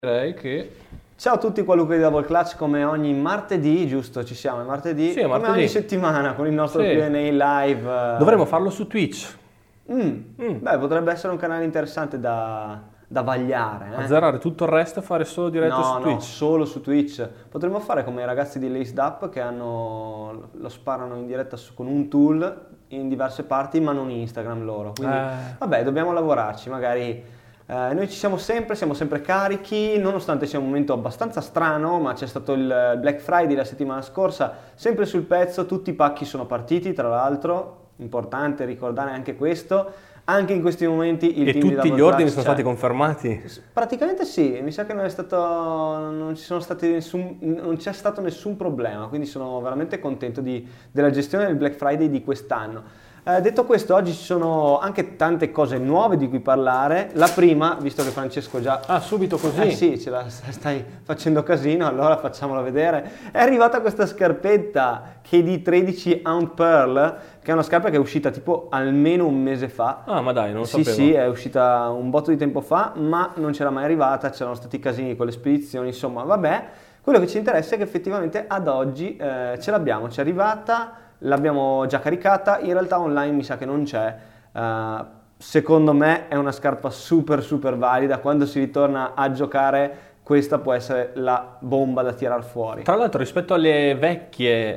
Direi che Ciao a tutti qua Luca di Double Clutch, come ogni martedì, giusto? Ci siamo, è martedì, sì, è come martedì. ogni settimana con il nostro Sì. Q&A live. Dovremmo farlo su Twitch, Beh, potrebbe essere un canale interessante da vagliare, eh? azzerare tutto il resto e fare solo dirette No, su no, Twitch. solo su Twitch. Potremmo fare come i ragazzi di Laced Up che lo sparano in diretta con un tool in diverse parti, ma non Instagram loro. Quindi, vabbè, dobbiamo lavorarci, magari. Noi ci siamo sempre carichi, nonostante sia un momento abbastanza strano, ma c'è stato il Black Friday la settimana scorsa, sempre sul pezzo, tutti i pacchi sono partiti, tra l'altro, importante ricordare anche questo. Anche in questi momenti il E team di tutti Double gli ordini Clutch sono c'è. stati confermati. Praticamente sì, mi sa che non c'è stato nessun problema, quindi sono veramente contento della gestione del Black Friday di quest'anno. Detto questo, oggi ci sono anche tante cose nuove di cui parlare. La prima, visto che Francesco già... Ah, subito così? Sì, ce la stai facendo casino, allora facciamola vedere. È arrivata questa scarpetta KD 13 Aunt Pearl, che è una scarpa che è uscita tipo almeno un mese fa. Ah, ma dai, non lo Sì, sapevo. sì, è uscita un botto di tempo fa, ma non c'era mai arrivata, c'erano stati casini con le spedizioni, insomma, vabbè. Quello che ci interessa è che effettivamente ad oggi ce l'abbiamo, ci è arrivata, l'abbiamo già caricata, in realtà online mi sa che non c'è. Secondo me è una scarpa super valida, quando si ritorna a giocare questa può essere la bomba da tirar fuori. Tra l'altro, rispetto alle vecchie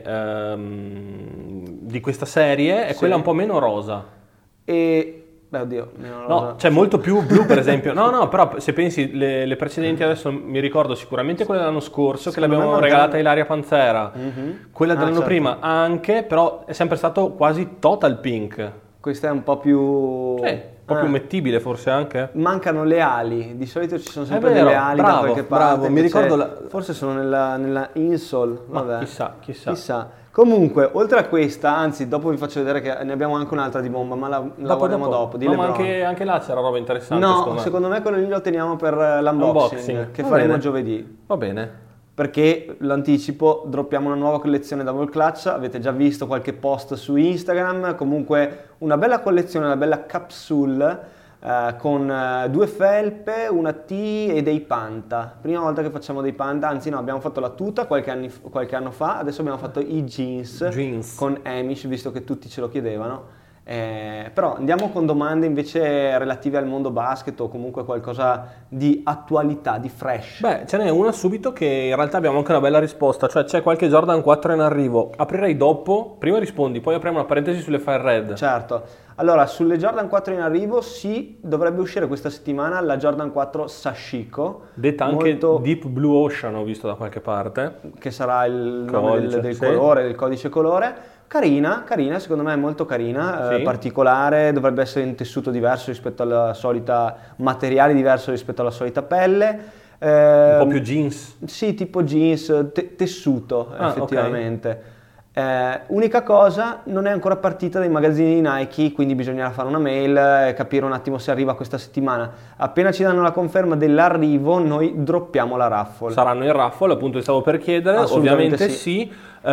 di questa serie, è Sì. quella un po' meno rosa. E... Beh, oddio, No, c'è molto più blu per esempio. No, però se pensi le precedenti, adesso mi ricordo sicuramente quella dell'anno scorso, che Secondo me l'abbiamo mancano- regalata a Ilaria Panzera. Quella dell'anno certo. prima anche, però è sempre stato quasi total pink. Questa è un po' più... Sì, un po' più mettibile forse anche. Mancano le ali, di solito ci sono sempre vero, delle ali bravo, da qualche parte. bravo, mi invece ricordo forse sono nella insole, Ma vabbè. chissà. Comunque, oltre a questa, anzi, dopo vi faccio vedere che ne abbiamo anche un'altra di bomba, ma la guardiamo dopo. Di No, ma LeBron. anche là c'era roba interessante, No, me. secondo me quello lì lo teniamo per l'unboxing, che Va faremo bene. giovedì. Va bene. Perché l'anticipo, droppiamo una nuova collezione Double Clutch, avete già visto qualche post su Instagram, comunque una bella collezione, una bella capsule con due felpe, una T e dei Panta. Prima volta che facciamo dei Panta, anzi no, abbiamo fatto la tuta qualche anno fa, adesso abbiamo fatto i jeans. Con Amish, visto che tutti ce lo chiedevano. Però andiamo con domande invece relative al mondo basket o comunque qualcosa di attualità, di fresh. Beh, ce n'è una subito che in realtà abbiamo anche una bella risposta, cioè c'è qualche Jordan 4 in arrivo. Aprirei dopo, prima rispondi, poi apriamo una parentesi sulle Fire Red. Certo, allora sulle Jordan 4 in arrivo sì, dovrebbe uscire questa settimana la Jordan 4 Sashiko, Detta anche molto- Deep Blue Ocean, ho visto da qualche parte. che sarà il nome Codice, del sì. colore, del codice colore. Carina, secondo me è molto carina, Sì. particolare, dovrebbe essere in tessuto diverso rispetto alla solita, materiale diverso rispetto alla solita pelle. Un po' più jeans. Sì, tipo jeans, tessuto Ah, effettivamente. Unica cosa, non è ancora partita dai magazzini di Nike, quindi bisognerà fare una mail e capire un attimo se arriva questa settimana. Appena ci danno la conferma dell'arrivo, noi droppiamo la raffle. Saranno in raffle, appunto ti stavo per chiedere, Assolutamente ovviamente sì. sì.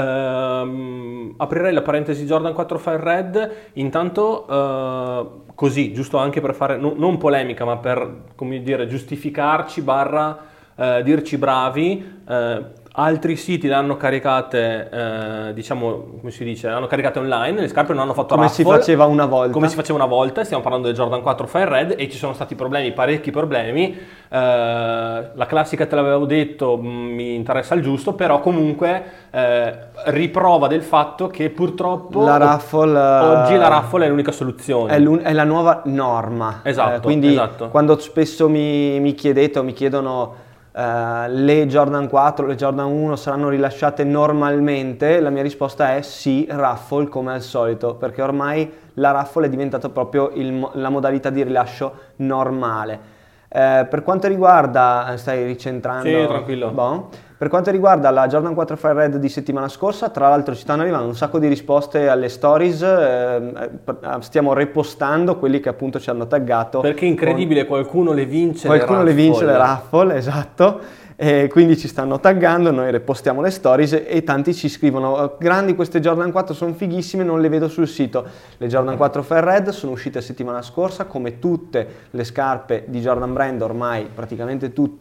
Aprirei la parentesi Jordan 4 Fire Red, intanto così, giusto anche per fare, non polemica, ma per, come dire, giustificarci barra dirci bravi. Altri siti le hanno caricate, diciamo, come si dice, le hanno caricate online, le scarpe non hanno fatto Come raffle. si faceva una volta. Come si faceva una volta, stiamo parlando del Jordan 4 Fire Red e ci sono stati parecchi problemi. La classica te l'avevo detto, mi interessa il giusto, però comunque riprova del fatto che purtroppo La raffle, oggi la raffle è l'unica soluzione. è la nuova norma. Esatto, quindi esatto. quando spesso mi chiedete o mi chiedono le Jordan 4, le Jordan 1 saranno rilasciate normalmente, la mia risposta è sì, raffle come al solito, perché ormai la raffle è diventata proprio la modalità di rilascio normale. Per quanto riguarda, stai ricentrando? Sì, tranquillo. Bon. Per quanto riguarda la Jordan 4 Fire Red di settimana scorsa, tra l'altro ci stanno arrivando un sacco di risposte alle stories, stiamo repostando quelli che appunto ci hanno taggato. Perché è incredibile, qualcuno le vince Qualcuno le vince le raffle, esatto. E quindi ci stanno taggando, noi repostiamo le stories e tanti ci scrivono grandi queste Jordan 4 sono fighissime, non le vedo sul sito. Le Jordan 4 Fire Red sono uscite settimana scorsa, come tutte le scarpe di Jordan Brand ormai praticamente tutte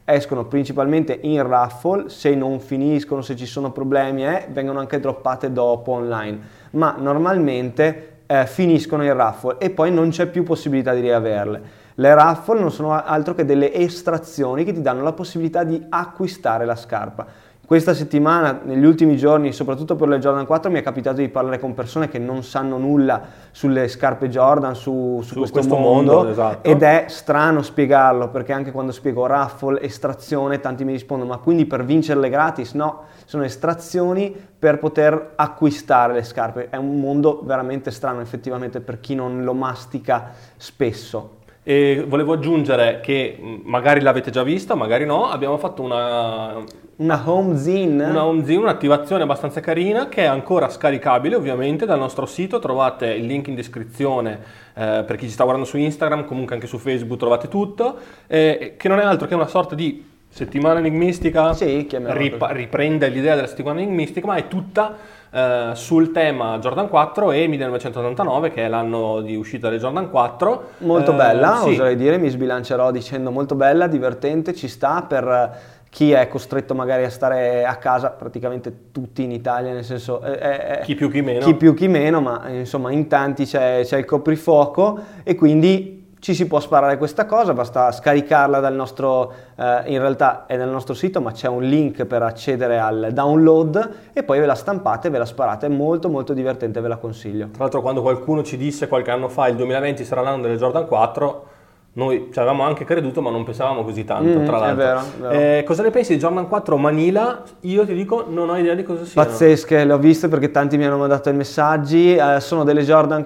escono principalmente in raffle, se non finiscono, se ci sono problemi, vengono anche droppate dopo online, ma normalmente finiscono in raffle e poi non c'è più possibilità di riaverle. Le raffle non sono altro che delle estrazioni che ti danno la possibilità di acquistare la scarpa. Questa settimana, negli ultimi giorni, soprattutto per le Jordan 4, mi è capitato di parlare con persone che non sanno nulla sulle scarpe Jordan, su questo mondo, esatto. Ed è strano spiegarlo, perché anche quando spiego raffle, estrazione, tanti mi rispondono: ma quindi per vincerle gratis? No, sono estrazioni per poter acquistare le scarpe. È un mondo veramente strano, effettivamente, per chi non lo mastica spesso. E volevo aggiungere che magari l'avete già vista, magari no, abbiamo fatto una home zine, un'attivazione abbastanza carina che è ancora scaricabile ovviamente dal nostro sito, trovate il link in descrizione per chi ci sta guardando su Instagram, comunque anche su Facebook trovate tutto, che non è altro che una sorta di settimana enigmistica, sì, riprende l'idea della settimana enigmistica, ma è tutta sul tema Jordan 4 e 1989, che è l'anno di uscita delle Jordan 4. Molto bella, sì. Oserei dire, mi sbilancerò dicendo molto bella, divertente, ci sta per chi è costretto magari a stare a casa, praticamente tutti in Italia, nel senso chi più chi meno. Chi più chi meno, ma insomma in tanti c'è il coprifuoco e quindi ci si può sparare questa cosa, basta scaricarla dal nostro, in realtà è nel nostro sito, ma c'è un link per accedere al download e poi ve la stampate e ve la sparate, è molto molto divertente, ve la consiglio. Tra l'altro quando qualcuno ci disse qualche anno fa il 2020 sarà l'anno delle Jordan 4, noi ci avevamo anche creduto, ma non pensavamo così tanto, tra l'altro. È vero. Cosa ne pensi di Jordan 4 Manila? Io ti dico, non ho idea di cosa siano. Pazzesche, le ho viste perché tanti mi hanno mandato i messaggi. Sono delle Jordan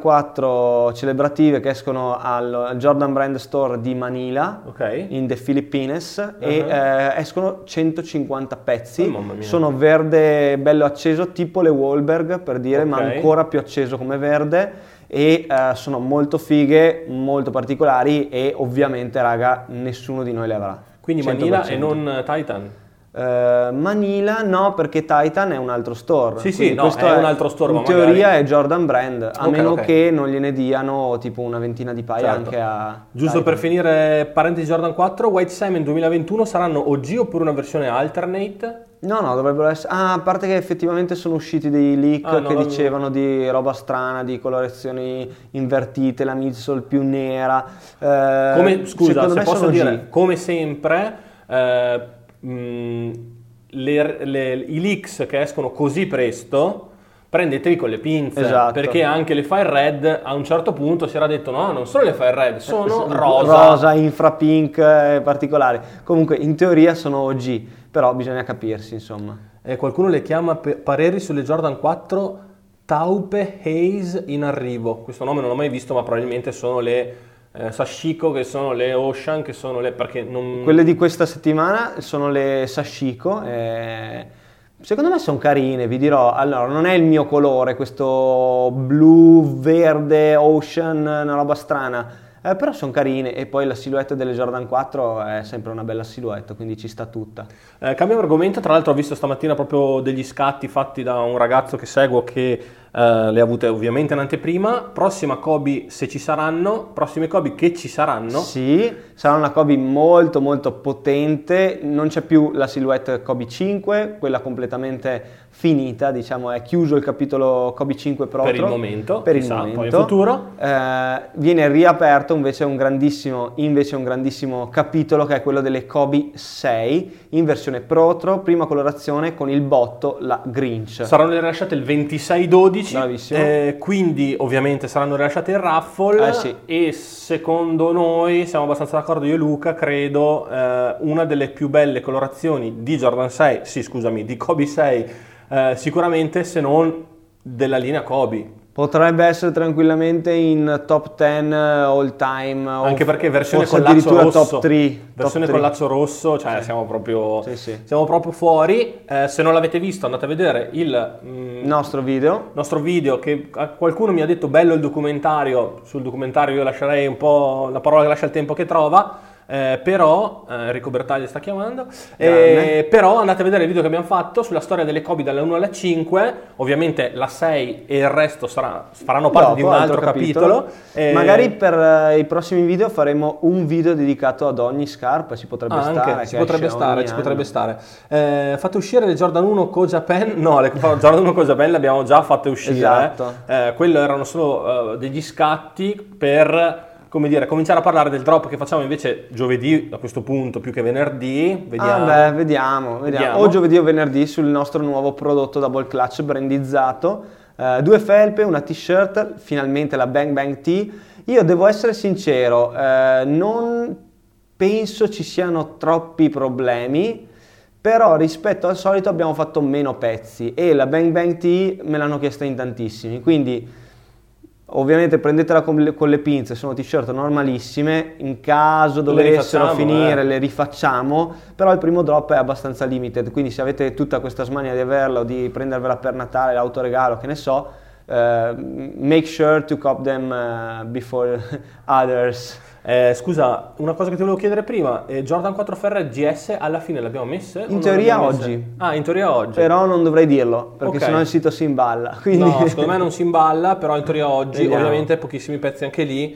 4 celebrative che escono al Jordan Brand Store di Manila, in the Philippines, e escono 150 pezzi. Mamma mia. Sono verde bello acceso, tipo le Wahlberg per dire, ma ancora più acceso come verde. E sono molto fighe, molto particolari e ovviamente raga nessuno di noi le avrà. Quindi 100%. Manila e non Titan? Manila no, perché Titan è un altro store. Sì, no, è un altro store. In teoria è Jordan Brand, a meno ok. che non gliene diano tipo una ventina di paia, Certo. anche a Giusto Titan. per finire, parentesi Jordan 4, White Salmon 2021 saranno OG oppure una versione alternate? No, dovrebbero essere. A parte che effettivamente sono usciti dei leak che dicevano di roba strana, di colorazioni invertite, la midsole più nera. Scusa, se posso dire, OG. come sempre, i leaks che escono così presto, prendetevi con le pinze, Esatto. perché anche le Fire Red a un certo punto si era detto no, non sono le Fire Red, sono rosa, infra pink particolari. Comunque in teoria sono OG, però bisogna capirsi, insomma. Qualcuno le chiama pareri sulle Jordan 4 Taupe Haze in arrivo. Questo nome non l'ho mai visto, ma probabilmente sono le Sashiko, che sono le Ocean, che sono le... perché non... Quelle di questa settimana sono le Sashiko. Secondo me sono carine, vi dirò. Allora, non è il mio colore, questo blu, verde, ocean, una roba strana. Però sono carine e poi la silhouette delle Jordan 4 è sempre una bella silhouette, quindi ci sta tutta. Cambiamo argomento, tra l'altro ho visto stamattina proprio degli scatti fatti da un ragazzo che seguo che le ha avute ovviamente in anteprima. Prossima Kobe se ci saranno, prossime Kobe che ci saranno. Sì, sarà una Kobe molto molto potente, non c'è più la silhouette Kobe 5, quella completamente finita, diciamo è chiuso il capitolo Kobe 5 Pro. Per il momento, per il chissà, momento. poi in futuro. Viene riaperto invece un grandissimo capitolo che è quello delle Kobe 6 in versione Protro, prima colorazione con il botto, la Grinch. Saranno rilasciate il 26/12, bravissimo. Quindi ovviamente saranno rilasciate in raffle Sì. e secondo noi, siamo abbastanza d'accordo io e Luca, credo una delle più belle colorazioni di Jordan 6, di Kobe 6 sicuramente, se non della linea Kobe. Potrebbe essere tranquillamente in top 10 all time, anche perché versione forse con lazzo rosso, top 3, versione top con lazzo rosso, cioè sì. siamo proprio fuori. Se non l'avete visto andate a vedere il nostro video, che qualcuno mi ha detto bello il documentario. Sul documentario io lascerei un po' la parola che lascia il tempo che trova. però Enrico Bertaglia sta chiamando, però andate a vedere il video che abbiamo fatto sulla storia delle Kobe dalle 1 alle 5, ovviamente la 6 e il resto faranno parte di un altro capitolo. Magari per i prossimi video faremo un video dedicato ad ogni scarpa, ci potrebbe stare. Fate uscire le Jordan 1 Koja Pen, no, le Jordan 1 Koja Pen le abbiamo già fatte uscire, esatto. Quello erano solo degli scatti per, come dire, cominciare a parlare del drop che facciamo invece giovedì, a questo punto più che venerdì. Vediamo. O giovedì o venerdì sul nostro nuovo prodotto Double Clutch brandizzato. 2 felpe, una t-shirt, finalmente la Bang Bang Tee. Io devo essere sincero, non penso ci siano troppi problemi, però rispetto al solito abbiamo fatto meno pezzi e la Bang Bang Tee me l'hanno chiesta in tantissimi, quindi ovviamente prendetela con le pinze, sono t-shirt normalissime, in caso dovessero finire le rifacciamo, però il primo drop è abbastanza limited, quindi se avete tutta questa smania di averla o di prendervela per Natale, l'autoregalo, che ne so, make sure to cop them before others. Scusa, una cosa che ti volevo chiedere prima, Jordan 4 Ferre GS alla fine l'abbiamo messe? In teoria oggi. In teoria oggi. Però non dovrei dirlo, perché sennò il sito si imballa. Quindi... No, secondo me non si imballa, però in teoria oggi, ovviamente pochissimi pezzi anche lì.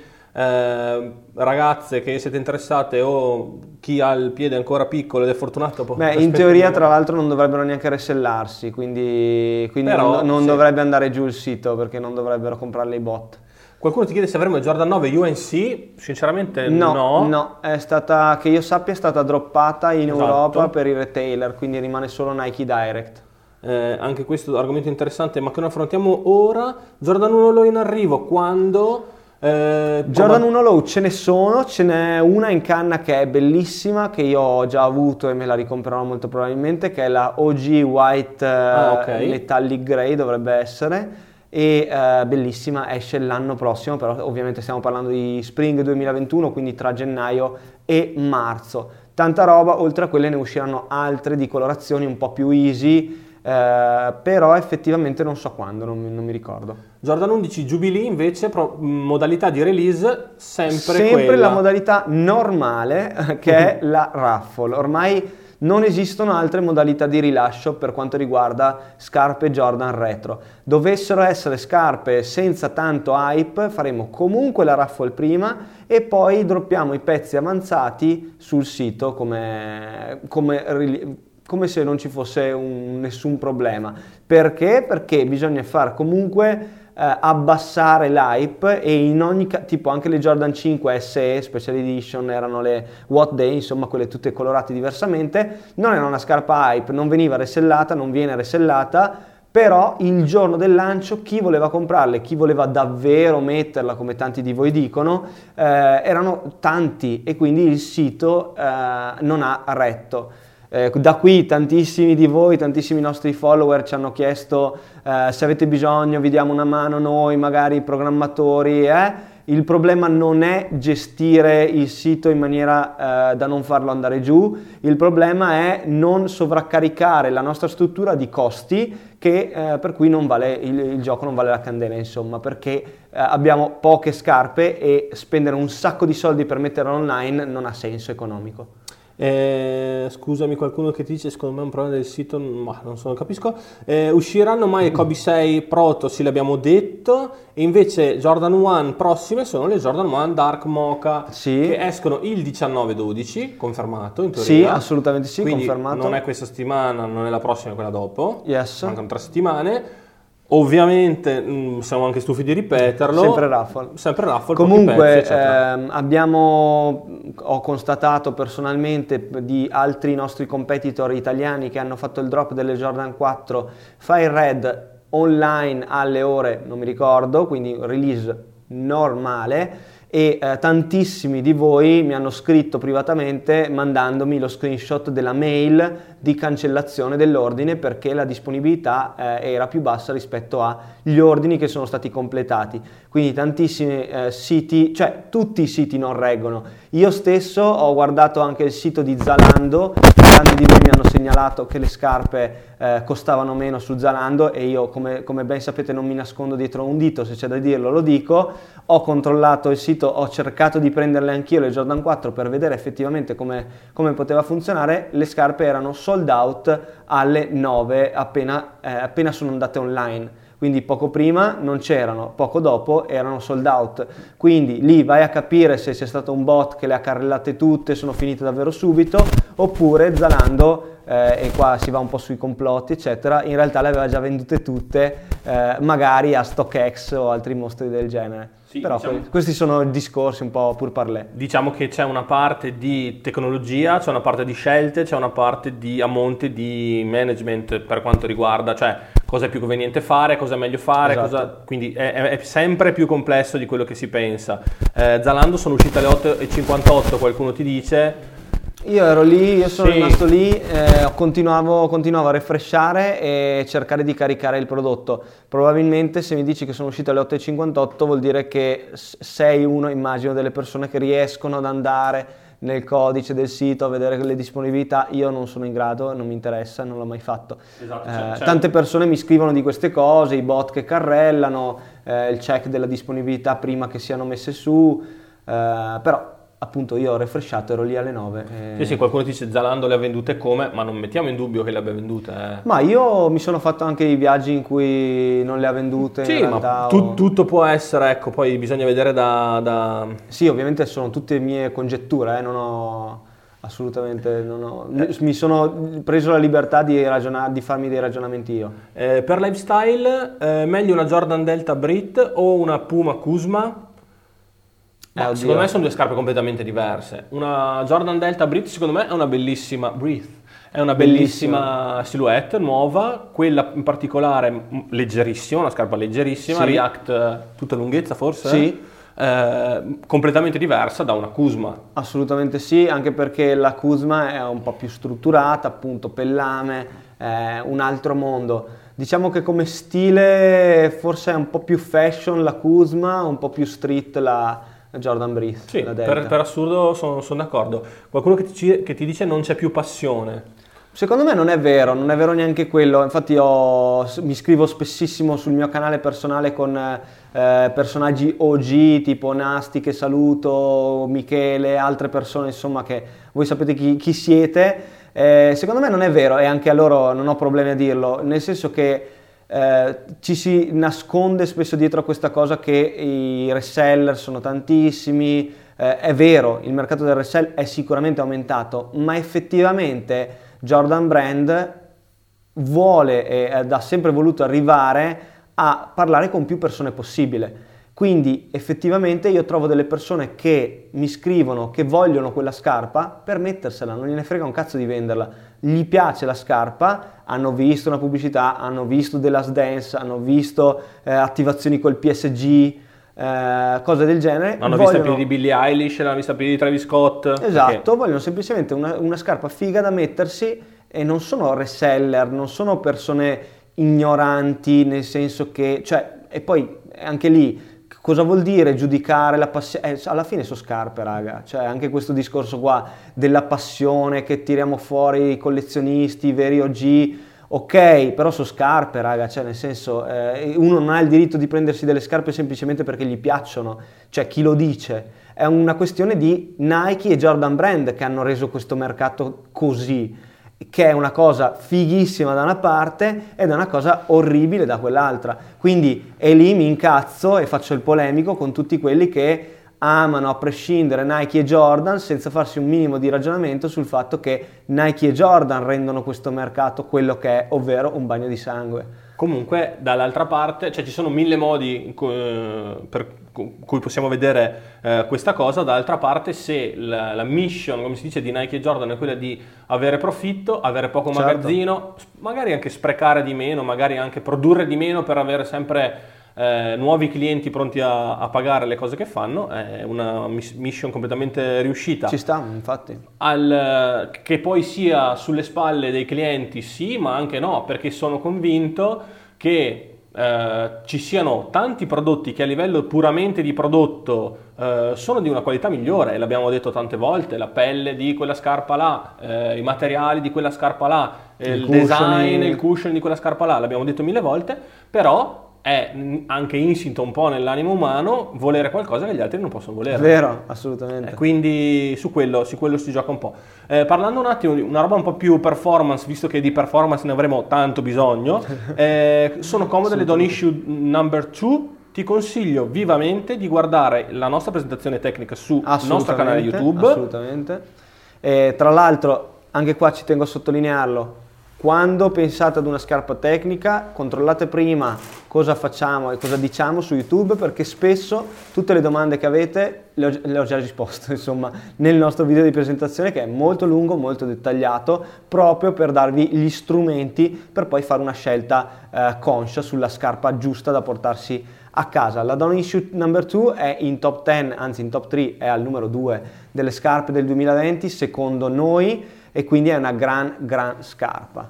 Ragazze che siete interessate o chi ha il piede ancora piccolo ed è fortunato in teoria tra l'altro non dovrebbero neanche resellarsi, quindi però, non dovrebbe andare giù il sito, perché non dovrebbero comprarle i bot. Qualcuno ti chiede se avremo il Jordan 9 UNC, sinceramente no, è stata, che io sappia, è stata droppata in Europa per i retailer, quindi rimane solo Nike Direct. Anche questo argomento interessante, ma che non affrontiamo ora. Jordan 1 Low in arrivo, quando? Jordan 1 Low ce n'è una in canna che è bellissima, che io ho già avuto e me la ricomprerò molto probabilmente, che è la OG White Metallic Grey, dovrebbe essere. E bellissima, esce l'anno prossimo, però ovviamente stiamo parlando di Spring 2021, quindi tra gennaio e marzo. Tanta roba, oltre a quelle ne usciranno altre di colorazioni un po' più easy, però effettivamente non so quando, non mi ricordo. Jordan 11 Jubilee invece, modalità di release sempre quella. La modalità normale, che è la raffle. Ormai non esistono altre modalità di rilascio per quanto riguarda scarpe Jordan retro. Dovessero essere scarpe senza tanto hype, faremo comunque la raffle prima e poi droppiamo i pezzi avanzati sul sito come se non ci fosse nessun problema. Perché? Perché bisogna far comunque abbassare l'hype, e in ogni tipo anche le Jordan 5 SE Special Edition erano le What Day, insomma quelle tutte colorate diversamente, non era una scarpa hype, non veniva resellata, non viene resellata, però il giorno del lancio chi voleva comprarle, chi voleva davvero metterla come tanti di voi dicono, erano tanti e quindi il sito non ha retto. Da qui tantissimi di voi, tantissimi nostri follower ci hanno chiesto se avete bisogno, vi diamo una mano noi, magari i programmatori. Il problema non è gestire il sito in maniera da non farlo andare giù, il problema è non sovraccaricare la nostra struttura di costi, per cui non vale il gioco, non vale la candela, insomma, perché abbiamo poche scarpe e spendere un sacco di soldi per metterle online non ha senso economico. Scusami, qualcuno che ti dice secondo me è un problema del sito, ma non so, non capisco. Usciranno mai Kobe 6 Proto, sì, l'abbiamo detto, e invece Jordan 1 prossime sono le Jordan 1 Dark Mocha, che escono il 19-12, confermato in teoria. Sì, assolutamente sì, quindi confermato. Non è questa settimana, non è la prossima, è quella dopo. Yes. Mancano 3 settimane. Ovviamente siamo anche stufi di ripeterlo. Sempre raffle. Comunque ho constatato personalmente di altri nostri competitor italiani che hanno fatto il drop delle Jordan 4 Fire Red online alle ore, non mi ricordo, quindi release normale. E tantissimi di voi mi hanno scritto privatamente mandandomi lo screenshot della mail di cancellazione dell'ordine, perché la disponibilità era più bassa rispetto agli ordini che sono stati completati. Quindi tantissimi siti, cioè tutti i siti non reggono. Io stesso ho guardato anche il sito di Zalando, tanti di voi mi hanno segnalato che le scarpe costavano meno su Zalando, e io come ben sapete non mi nascondo dietro un dito, se c'è da dirlo lo dico. Ho controllato il sito sito, ho cercato di prenderle anch'io le Jordan 4 per vedere effettivamente come poteva funzionare. Le scarpe erano sold out alle 9 appena sono andate online. Quindi poco prima non c'erano, poco dopo erano sold out. Quindi lì vai a capire se c'è stato un bot che le ha carrellate tutte, sono finite davvero subito, oppure Zalando, e qua si va un po' sui complotti eccetera, in realtà le aveva già vendute tutte, magari a StockX o altri mostri del genere. Sì, però diciamo, questi sono discorsi un po' pur parlé. Diciamo che c'è una parte di tecnologia, c'è una parte di scelte, c'è una parte di a monte di management per quanto riguarda, cioè cosa è più conveniente fare, cosa è meglio fare, Esatto. quindi è sempre più complesso di quello che si pensa. Zalando sono uscite alle 8:58, qualcuno ti dice. Io ero lì, io sono Sì. rimasto lì, continuavo a refreshare e cercare di caricare il prodotto. Probabilmente se mi dici che sono uscite alle 8:58 vuol dire che sei uno, immagino, delle persone che riescono ad andare nel codice del sito a vedere le disponibilità. Io non sono in grado, non mi interessa, non l'ho mai fatto. Esatto, Tante persone mi scrivono di queste cose, i bot che carrellano, il check della disponibilità prima che siano messe su, però appunto io ho refreshato, ero lì alle 9. Sì, qualcuno ti dice Zalando le ha vendute come, ma non mettiamo in dubbio che le abbia vendute. Ma io mi sono fatto anche i viaggi in cui non le ha vendute. Sì, in realtà, ma tutto può essere, ecco, poi bisogna vedere da... Sì, ovviamente sono tutte mie congetture, non ho assolutamente, mi sono preso la libertà di farmi dei ragionamenti io. Per lifestyle, meglio una Jordan Delta Brit o una Puma Kuzma? Oddio. Secondo me sono due scarpe completamente diverse. Una Jordan Delta Brit secondo me è una bellissima bellissima silhouette nuova, quella in particolare leggerissima, una scarpa leggerissima, Sì. React tutta lunghezza forse? Sì. Completamente diversa da una Kuzma. Assolutamente sì, anche perché la Kuzma è un po' più strutturata, appunto pellame, è un altro mondo. Diciamo che come stile forse è un po' più fashion la Kuzma, un po' più street la Jordan Breeze. Sì, la Delta. per assurdo sono d'accordo. Qualcuno che ti dice non c'è più passione. Secondo me non è vero neanche quello. Infatti mi scrivo spessissimo sul mio canale personale con personaggi OG tipo Nasti, che saluto, Michele, altre persone insomma che voi sapete chi siete. Secondo me non è vero, e anche a loro non ho problemi a dirlo, nel senso che ci si nasconde spesso dietro a questa cosa che i reseller sono tantissimi. È vero, il mercato del resell è sicuramente aumentato, ma effettivamente Jordan Brand vuole e ha sempre voluto arrivare a parlare con più persone possibile. Quindi effettivamente io trovo delle persone che mi scrivono che vogliono quella scarpa per mettersela, non gliene frega un cazzo di venderla, gli piace la scarpa, hanno visto una pubblicità, hanno visto The Last Dance, hanno visto attivazioni col PSG, cose del genere. L'hanno vista più di Billie Eilish, l'hanno vista più di Travis Scott. Esatto, perché... vogliono semplicemente una scarpa figa da mettersi, e non sono reseller, non sono persone ignoranti, nel senso che, cioè, e poi anche lì cosa vuol dire giudicare la passione? Alla fine sono scarpe, raga, cioè anche questo discorso qua della passione che tiriamo fuori i collezionisti, i veri OG, ok, però sono scarpe, raga, cioè nel senso uno non ha il diritto di prendersi delle scarpe semplicemente perché gli piacciono, cioè chi lo dice? È una questione di Nike e Jordan Brand che hanno reso questo mercato così, che è una cosa fighissima da una parte ed è una cosa orribile da quell'altra. Quindi e lì mi incazzo e faccio il polemico con tutti quelli che amano a prescindere Nike e Jordan senza farsi un minimo di ragionamento sul fatto che Nike e Jordan rendono questo mercato quello che è, ovvero un bagno di sangue. Comunque dall'altra parte, cioè ci sono mille modi per cui possiamo vedere questa cosa. Dall'altra parte, se la mission, come si dice, di Nike e Jordan è quella di avere profitto, avere poco magazzino, magari anche sprecare di meno, magari anche produrre di meno per avere sempre nuovi clienti pronti a pagare le cose che fanno, è una mission completamente riuscita. Ci sta, infatti. Che poi sia sulle spalle dei clienti, sì, ma anche no, perché sono convinto che ci siano tanti prodotti che a livello puramente di prodotto sono di una qualità migliore, l'abbiamo detto tante volte, la pelle di quella scarpa là, i materiali di quella scarpa là, il design, il cushion di quella scarpa là, l'abbiamo detto mille volte, però è anche insito un po' nell'animo umano volere qualcosa che gli altri non possono volere. Vero, assolutamente. Quindi su quello si gioca un po'. Parlando un attimo di una roba un po' più performance, visto che di performance ne avremo tanto bisogno, sono comode le Don Issue number 2. Ti consiglio vivamente di guardare la nostra presentazione tecnica sul nostro canale YouTube. Assolutamente. Tra l'altro, anche qua ci tengo a sottolinearlo, quando pensate ad una scarpa tecnica, controllate prima cosa facciamo e cosa diciamo su YouTube, perché spesso tutte le domande che avete le ho già risposto, insomma, nel nostro video di presentazione, che è molto lungo, molto dettagliato, proprio per darvi gli strumenti per poi fare una scelta conscia sulla scarpa giusta da portarsi a casa. La Don Issue number 2 è in top 10, anzi in top 3, è al numero 2 delle scarpe del 2020 secondo noi, e quindi è una gran scarpa.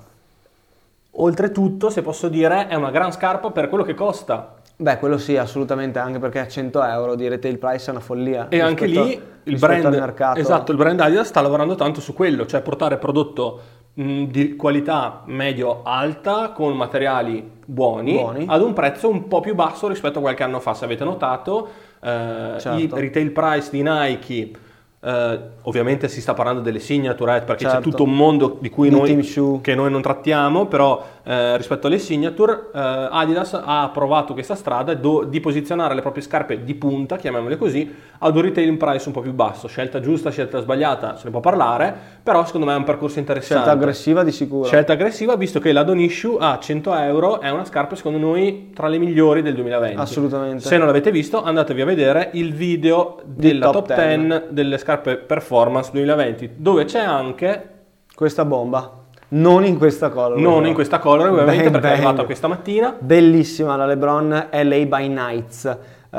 Oltretutto, se posso dire, è una gran scarpa per quello che costa. Beh, quello sì, assolutamente, anche perché a 100 euro di retail price è una follia. E anche lì il brand, al mercato. Esatto, il brand Adidas sta lavorando tanto su quello, cioè portare prodotto di qualità medio-alta con materiali buoni ad un prezzo un po' più basso rispetto a qualche anno fa. Se avete notato, certo. I retail price di Nike, ovviamente si sta parlando delle signature, perché certo. c'è tutto un mondo di cui che noi non trattiamo, però rispetto alle signature Adidas ha provato questa strada di posizionare le proprie scarpe di punta, chiamiamole così, ad un retail price un po' più basso. Scelta giusta, scelta sbagliata, se ne può parlare, però secondo me è un percorso interessante. Scelta aggressiva di sicuro. Scelta aggressiva, visto che la Don Issue a 100 euro è una scarpa secondo noi tra le migliori del 2020. Assolutamente. Se non l'avete visto, andatevi a vedere il video della top 10 delle scarpe performance 2020, dove c'è anche questa bomba. Non in questa color. Non in questa color, ovviamente, perché è arrivata questa mattina. Bellissima la LeBron LA by Nights.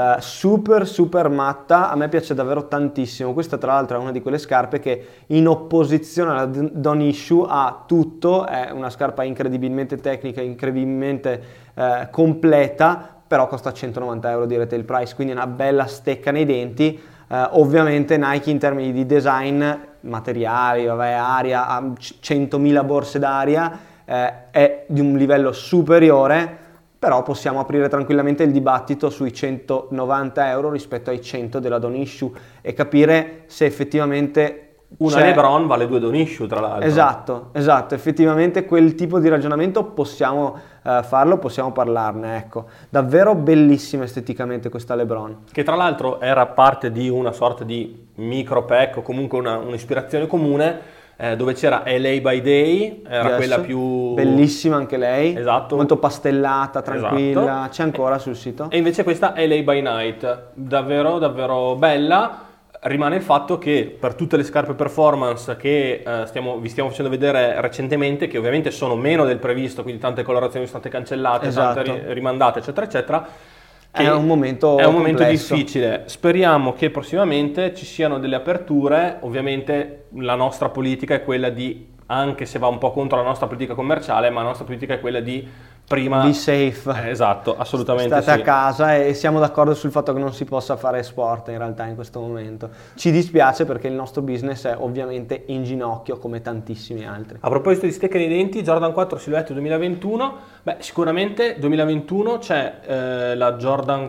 Super matta, a me piace davvero tantissimo. Questa tra l'altro è una di quelle scarpe che in opposizione alla Don Issue ha tutto, è una scarpa incredibilmente tecnica, incredibilmente completa, però costa 190 euro di retail price, quindi una bella stecca nei denti. Ovviamente Nike in termini di design, materiali, aria, ha 100.000 borse d'aria, è di un livello superiore, però possiamo aprire tranquillamente il dibattito sui 190 euro rispetto ai 100 della Don Issue e capire se effettivamente una LeBron vale 2 Don Issue, tra l'altro. Esatto, effettivamente quel tipo di ragionamento possiamo farlo, possiamo parlarne, ecco. Davvero bellissima esteticamente questa LeBron. Che tra l'altro era parte di una sorta di micro pack o comunque un'ispirazione comune, dove c'era LA by Day, era quella più... Bellissima anche lei, esatto. Molto pastellata, tranquilla, esatto. C'è ancora sul sito. E invece questa LA by Night, davvero bella. Rimane il fatto che per tutte le scarpe performance che vi stiamo facendo vedere recentemente, che ovviamente sono meno del previsto, quindi tante colorazioni sono state cancellate, esatto. tante rimandate, eccetera, è un momento difficile. Speriamo che prossimamente ci siano delle aperture. Ovviamente la nostra politica è quella di, anche se va un po' contro la nostra politica commerciale, ma la nostra politica è quella di prima... Be safe. Esatto, assolutamente. State a casa e siamo d'accordo sul fatto che non si possa fare sport in realtà in questo momento. Ci dispiace perché il nostro business è ovviamente in ginocchio come tantissimi altri. A proposito di stecche nei denti, Jordan 4 Silhouette 2021, sicuramente 2021 c'è la Jordan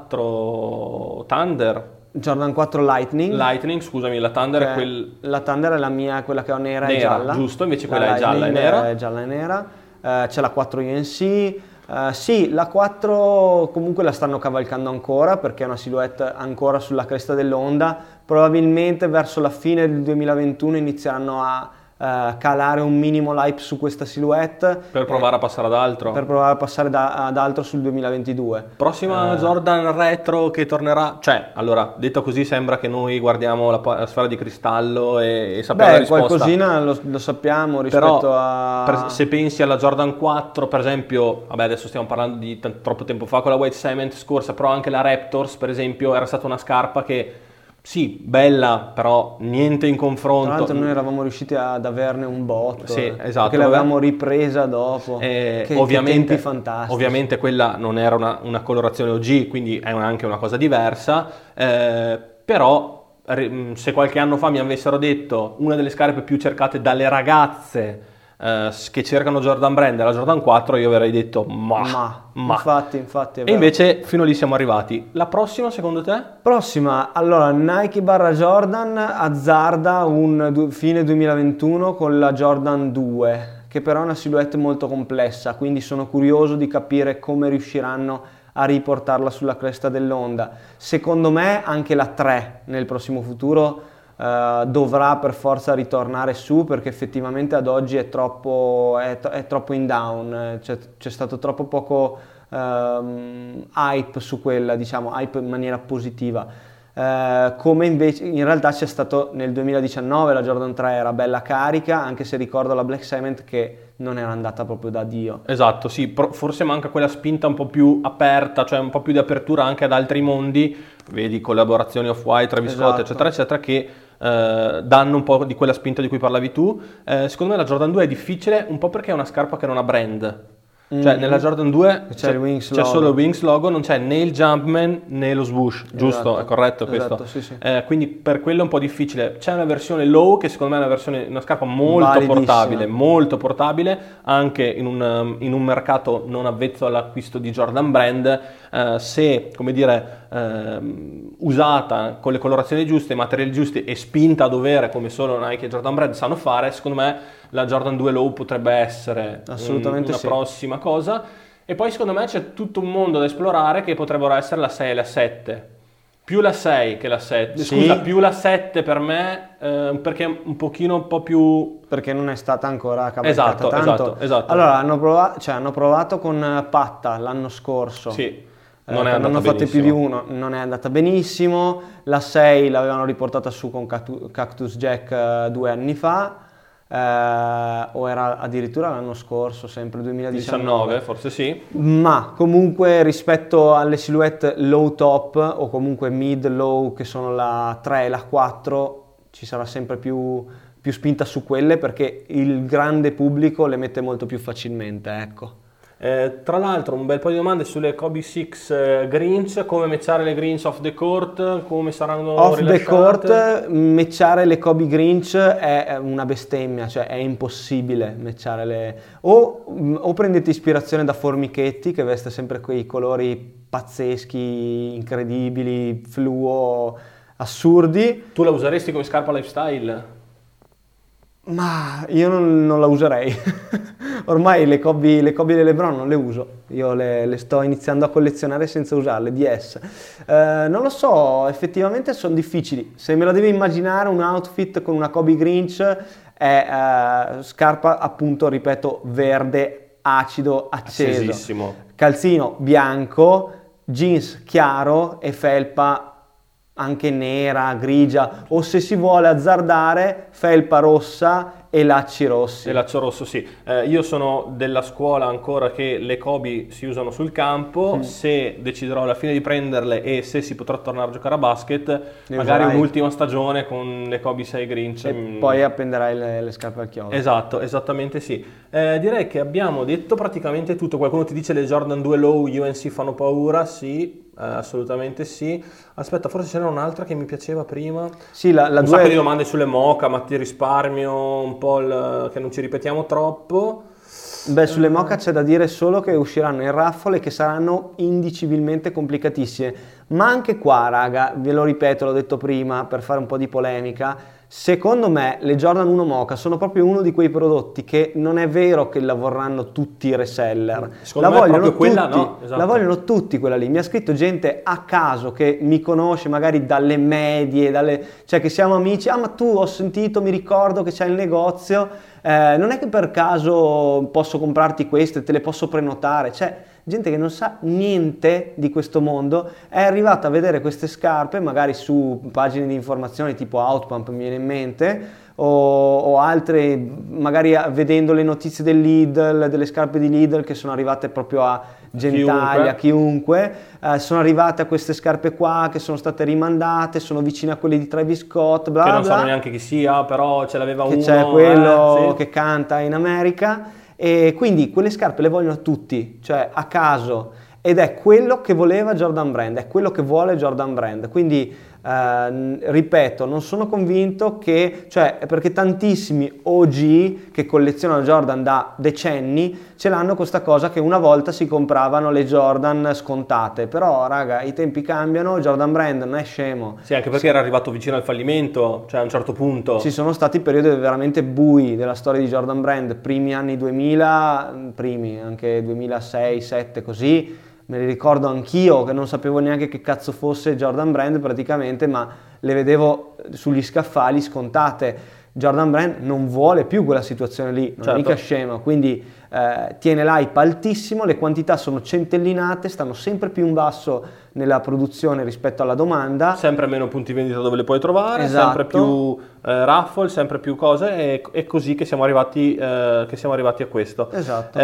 4 Thunder. Jordan 4 Lightning, scusami, la Thunder è la Thunder è la mia, quella che ho nera e gialla. Giusto, invece quella è gialla e nera. È gialla e nera. C'è la 4 UNC. Sì, la 4 comunque la stanno cavalcando ancora perché è una silhouette ancora sulla cresta dell'onda. Probabilmente verso la fine del 2021 inizieranno a calare un minimo l'hype su questa silhouette per provare a passare ad altro, ad altro sul 2022. Prossima Jordan retro che tornerà, cioè, allora, detto così sembra che noi guardiamo la sfera di cristallo e sappiamo la risposta. Qualcosina lo sappiamo rispetto se pensi alla Jordan 4, per esempio, adesso stiamo parlando di troppo tempo fa con la White Cement scorsa, però anche la Raptors, per esempio, era stata una scarpa che sì, bella, però niente in confronto. Tra l'altro noi eravamo riusciti ad averne un botto, sì, esatto, perché l'avevamo ripresa dopo, che tempi fantastici. Ovviamente quella non era una colorazione OG, quindi è anche una cosa diversa, però se qualche anno fa mi avessero detto una delle scarpe più cercate dalle ragazze che cercano Jordan Brand e la Jordan 4, io avrei detto ma. Infatti è E vero. invece fino lì siamo arrivati. La prossima secondo te? Prossima, allora Nike barra Jordan azzarda un fine 2021 con la Jordan 2, che però è una silhouette molto complessa, quindi sono curioso di capire come riusciranno a riportarla sulla cresta dell'onda. Secondo me anche la 3 nel prossimo futuro dovrà per forza ritornare su, perché effettivamente ad oggi è troppo in down, c'è stato troppo poco hype su quella, diciamo hype in maniera positiva, come invece in realtà c'è stato nel 2019. La Jordan 3 era bella carica, anche se ricordo la Black Cement che non era andata proprio da Dio. Esatto, sì, forse manca quella spinta un po' più aperta, cioè un po' più di apertura anche ad altri mondi, vedi collaborazioni Off-White, Travis Scott, Esatto. eccetera, eccetera, che danno un po' di quella spinta di cui parlavi tu. Secondo me la Jordan 2 è difficile un po' perché è una scarpa che non ha brand. Cioè nella Jordan 2 c'è il Wings c'è logo. solo il Wings logo, non c'è né il Jumpman né lo swoosh, giusto? Esatto, È corretto questo? esatto, sì. Quindi per quello è un po' difficile. C'è una versione low che secondo me è una scarpa molto portabile, anche in un mercato non avvezzo all'acquisto di Jordan Brand, se, come dire, usata con le colorazioni giuste, i materiali giusti e spinta a dovere come solo Nike e Jordan Brand sanno fare. Secondo me la Jordan 2 Low potrebbe essere assolutamente una sì. prossima cosa. E poi secondo me c'è tutto un mondo da esplorare che potrebbero essere la 6 e la 7. Più la 6 che la 7. Sì. Scusa, più la 7 per me, perché è un pochino un po' più... Perché non è stata ancora cavalcata Esatto. Allora hanno provato con Patta l'anno scorso. Sì, non è andata hanno fatte più di benissimo. uno, non è andata benissimo. La 6 l'avevano riportata su con Cactus Jack 2 anni fa, o era addirittura l'anno scorso, sempre 2019. Forse sì. Ma comunque rispetto alle silhouette low top o comunque mid low, che sono la 3 e la 4, ci sarà sempre più spinta su quelle, perché il grande pubblico le mette molto più facilmente, ecco. Tra l'altro un bel po' di domande sulle Kobe 6 Greens, come matchare le Greens off the court, come saranno Off the rilasciate. court, matchare le Kobe Greens è una bestemmia, cioè è impossibile matchare le... O prendete ispirazione da Formichetti, che veste sempre quei colori pazzeschi, incredibili, fluo, assurdi. Tu la useresti come scarpa lifestyle? Ma io non la userei. Ormai le Kobe di LeBron non le uso. Io le sto iniziando a collezionare senza usarle, DS. Non lo so, effettivamente sono difficili. Se me la devo immaginare un outfit con una Kobe Grinch è scarpa, appunto, ripeto, verde, acido, acceso. Accesissimo. Calzino bianco, jeans chiaro e felpa anche nera, grigia, o se si vuole azzardare, felpa rossa e lacci rossi. E laccio rosso, sì. Io sono della scuola ancora che le Kobe si usano sul campo. Se deciderò alla fine di prenderle e se si potrà tornare a giocare a basket, magari userai. un'ultima stagione con le Kobe 6 Grinch. E poi appenderai le scarpe al chiodo. Esatto, esattamente sì. Direi che abbiamo detto praticamente tutto. Qualcuno ti dice le Jordan 2 Low UNC fanno paura? Sì, assolutamente sì. Aspetta, forse c'era un'altra che mi piaceva prima. Sì, la Un 2 sacco di domande sulle Mocha, ma ti risparmio un po' che non ci ripetiamo troppo. Beh, sulle Mocha c'è da dire solo che usciranno in raffole, che saranno indicibilmente complicatissime. Ma anche qua, raga, ve lo ripeto, l'ho detto prima per fare un po' di polemica, secondo me le Jordan 1 Mocha sono proprio uno di quei prodotti che non è vero che la vorranno tutti i reseller. Secondo me proprio quella no, esatto. La vogliono tutti quella lì. Mi ha scritto gente a caso che mi conosce magari dalle medie, cioè che siamo amici. Ah, ma tu, ho sentito, mi ricordo che c'è il negozio. Non è che per caso posso comprarti queste, te le posso prenotare. C'è gente che non sa niente di questo mondo, è arrivata a vedere queste scarpe magari su pagine di informazioni tipo Outpump, mi viene in mente, o altre, magari vedendo le notizie del Lidl, delle scarpe di Lidl che sono arrivate proprio a Gentaglia, chiunque, sono arrivate a queste scarpe qua che sono state rimandate, sono vicine a quelle di Travis Scott, bla che non bla, so neanche chi sia, però ce l'aveva che uno. c'è quello sì, che canta in America, e quindi quelle scarpe le vogliono tutti, cioè a caso, ed è quello che voleva Jordan Brand, è quello che vuole Jordan Brand, quindi Ripeto, non sono convinto che, cioè, perché tantissimi OG che collezionano Jordan da decenni ce l'hanno questa cosa che una volta si compravano le Jordan scontate, però raga, i tempi cambiano, Jordan Brand non è scemo. Sì, anche perché era arrivato vicino al fallimento, cioè a un certo punto. Ci sono stati periodi veramente bui della storia di Jordan Brand, primi anni 2000, primi anche 2006-2007 così. Me li ricordo anch'io che non sapevo neanche che cazzo fosse Jordan Brand praticamente, ma le vedevo sugli scaffali scontate. Jordan Brand non vuole più quella situazione lì, non è mica scemo, quindi tiene l'hype altissimo, le quantità sono centellinate, stanno sempre più in basso nella produzione rispetto alla domanda. Sempre meno punti vendita dove le puoi trovare, esatto. Sempre più raffle, sempre più cose, e è così che siamo arrivati a questo. Esatto.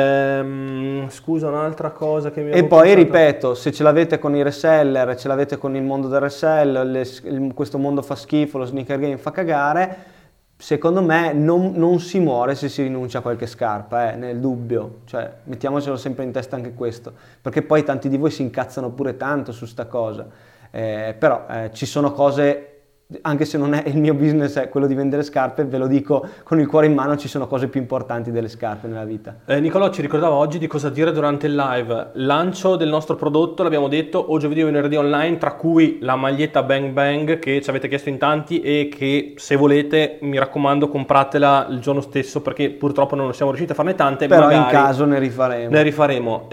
Scusa, un'altra cosa che mi E poi ripeto, se ce l'avete con i reseller, ce l'avete con il mondo del resell, questo mondo fa schifo, lo sneaker game fa cagare, secondo me non si muore se si rinuncia a qualche scarpa, nel dubbio, cioè mettiamocelo sempre in testa anche questo, perché poi tanti di voi si incazzano pure tanto su sta cosa, però ci sono cose, anche se non è il mio business è quello di vendere scarpe, ve lo dico con il cuore in mano, ci sono cose più importanti delle scarpe nella vita. Nicolò ci ricordava oggi di cosa dire durante il live, lancio del nostro prodotto, l'abbiamo detto, o giovedì o venerdì online, tra cui la maglietta Bang Bang che ci avete chiesto in tanti e che se volete, mi raccomando, compratela il giorno stesso perché purtroppo non siamo riusciti a farne tante. Però magari in caso ne rifaremo.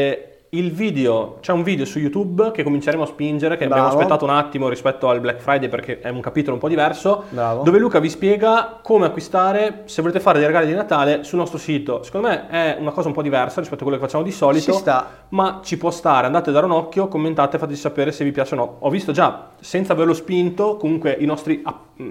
Il video, c'è un video su YouTube che cominceremo a spingere, che Bravo. abbiamo aspettato un attimo rispetto al Black Friday perché è un capitolo un po' diverso. Bravo. Dove Luca vi spiega come acquistare, se volete fare dei regali di Natale sul nostro sito. Secondo me è una cosa un po' diversa rispetto a quello che facciamo di solito, Ci sta. ma ci può stare, andate a dare un occhio, commentate, fateci sapere se vi piace o no. Ho visto già, senza averlo spinto, comunque i nostri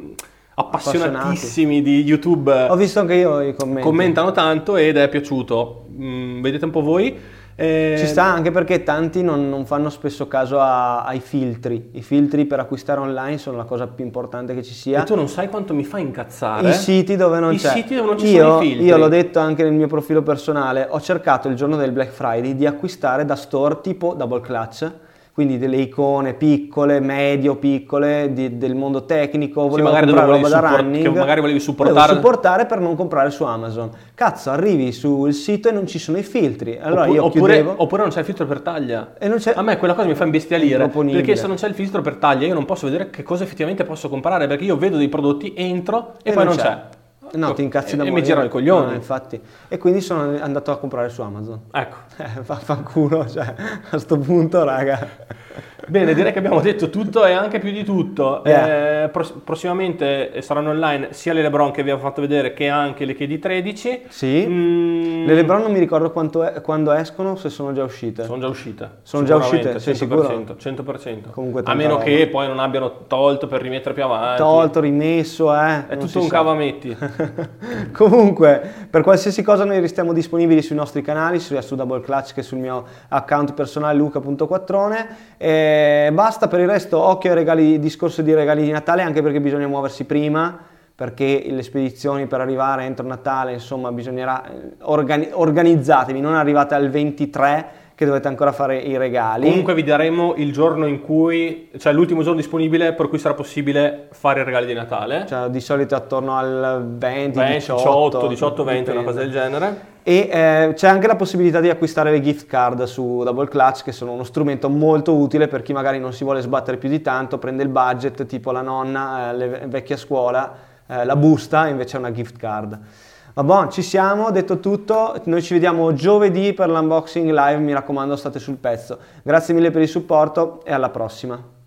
appassionatissimi di YouTube Ho visto anche io i commenti. commentano tanto ed è piaciuto. Vedete un po' voi. Ci sta anche perché tanti non fanno spesso caso ai filtri. I filtri per acquistare online sono la cosa più importante che ci sia. E tu non sai quanto mi fa incazzare. I siti dove non I c'è. siti dove non ci sono i filtri. Io l'ho detto anche nel mio profilo personale, ho cercato il giorno del Black Friday di acquistare da store tipo Double Clutch, quindi delle icone piccole, medio piccole, del mondo tecnico, volevo comprare roba da running, che magari volevi volevo supportare per non comprare su Amazon. Cazzo, arrivi sul sito e non ci sono i filtri, allora oppure non c'è il filtro per taglia. E non c'è... A me quella cosa mi fa imbestialire, perché se non c'è il filtro per taglia io non posso vedere che cosa effettivamente posso comprare, perché io vedo dei prodotti, entro e poi non c'è. No, ti incazzi da morire. E mi girano i coglioni. No, infatti. E quindi sono andato a comprare su Amazon. Ecco. Fanculo, cioè, a sto punto, raga. Bene, direi che abbiamo detto tutto e anche più di tutto. Yeah. Prossimamente saranno online sia le LeBron che vi avevo fatto vedere che anche le KD13. Sì. Le LeBron non mi ricordo quando escono, se sono già uscite. Sono già uscite. Sono già uscite, sei 100%, sicuro? 100%. Comunque a meno che poi non abbiano tolto per rimettere più avanti. Tolto, rimesso, È tutto un cavametti. Comunque, per qualsiasi cosa noi restiamo disponibili sui nostri canali, sia su Double Clutch che sul mio account personale luca.quattrone. Basta, per il resto occhio ai discorso di regali di Natale, anche perché bisogna muoversi prima, perché le spedizioni per arrivare entro Natale, insomma, bisognerà organizzatevi, non arrivate al 23 che dovete ancora fare i regali. Comunque vi daremo il giorno in cui, cioè l'ultimo giorno disponibile per cui sarà possibile fare i regali di Natale. Cioè di solito attorno al 20, 18, 20, una cosa del genere. E c'è anche la possibilità di acquistare le gift card su Double Clutch, che sono uno strumento molto utile per chi magari non si vuole sbattere più di tanto, prende il budget tipo la nonna, vecchia scuola, la busta e invece è una gift card. Va buon, ci siamo, detto tutto, noi ci vediamo giovedì per l'unboxing live, mi raccomando state sul pezzo. Grazie mille per il supporto e alla prossima.